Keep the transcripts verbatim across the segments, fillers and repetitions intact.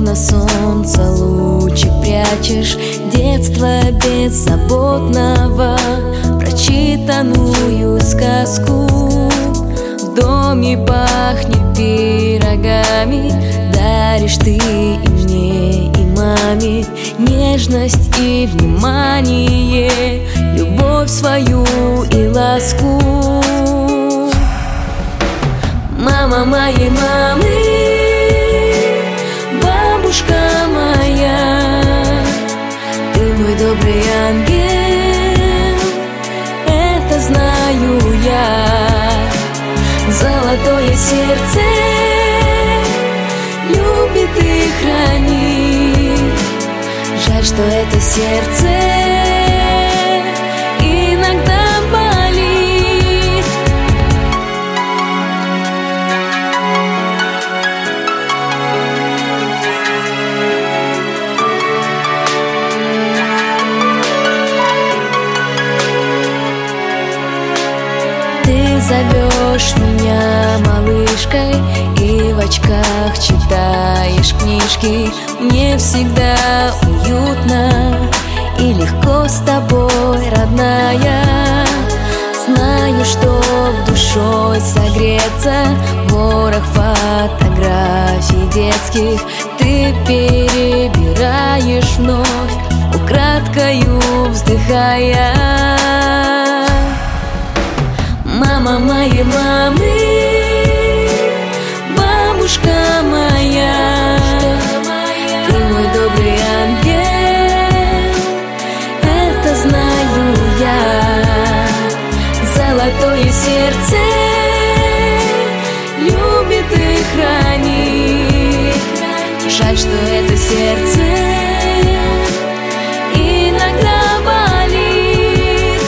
словно солнце лучик прячешь детство беззаботного, прочитанную сказку. В доме пахнет пирогами, даришь ты и мне, и маме нежность и внимание, любовь свою и ласку. Мама моей мамы, бабушка моя, ты мой добрый ангел, это знаю я. Золотое сердце любит и хранит. Жаль, что это сердце иногда болит. Ты зовешь меня малышкой и в очках читаешь книжки. Мне всегда уютно и легко с тобой, родная. Знаю, что душой согреться, ворох фотографий детских ты перебираешь вновь, украдкою вздыхая. Мама моей мамы, бабушка моя, ты мой добрый ангел, это знаю я. Золотое сердце любит и хранит. Жаль, что это сердце иногда болит.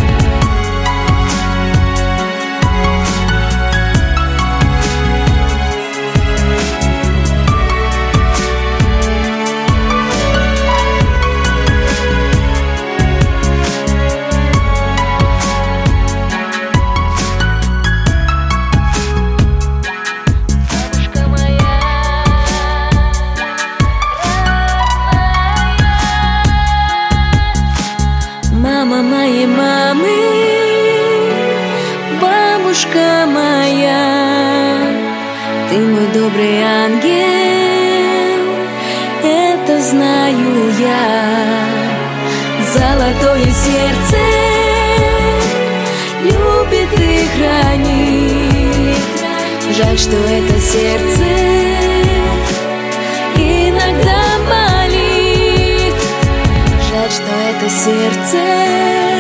Мама моей мамы, бабушка моя, ты мой добрый ангел, это знаю я. Золотое сердце любит и хранит. Жаль, что это сердце иногда болит. Жаль, что это сердце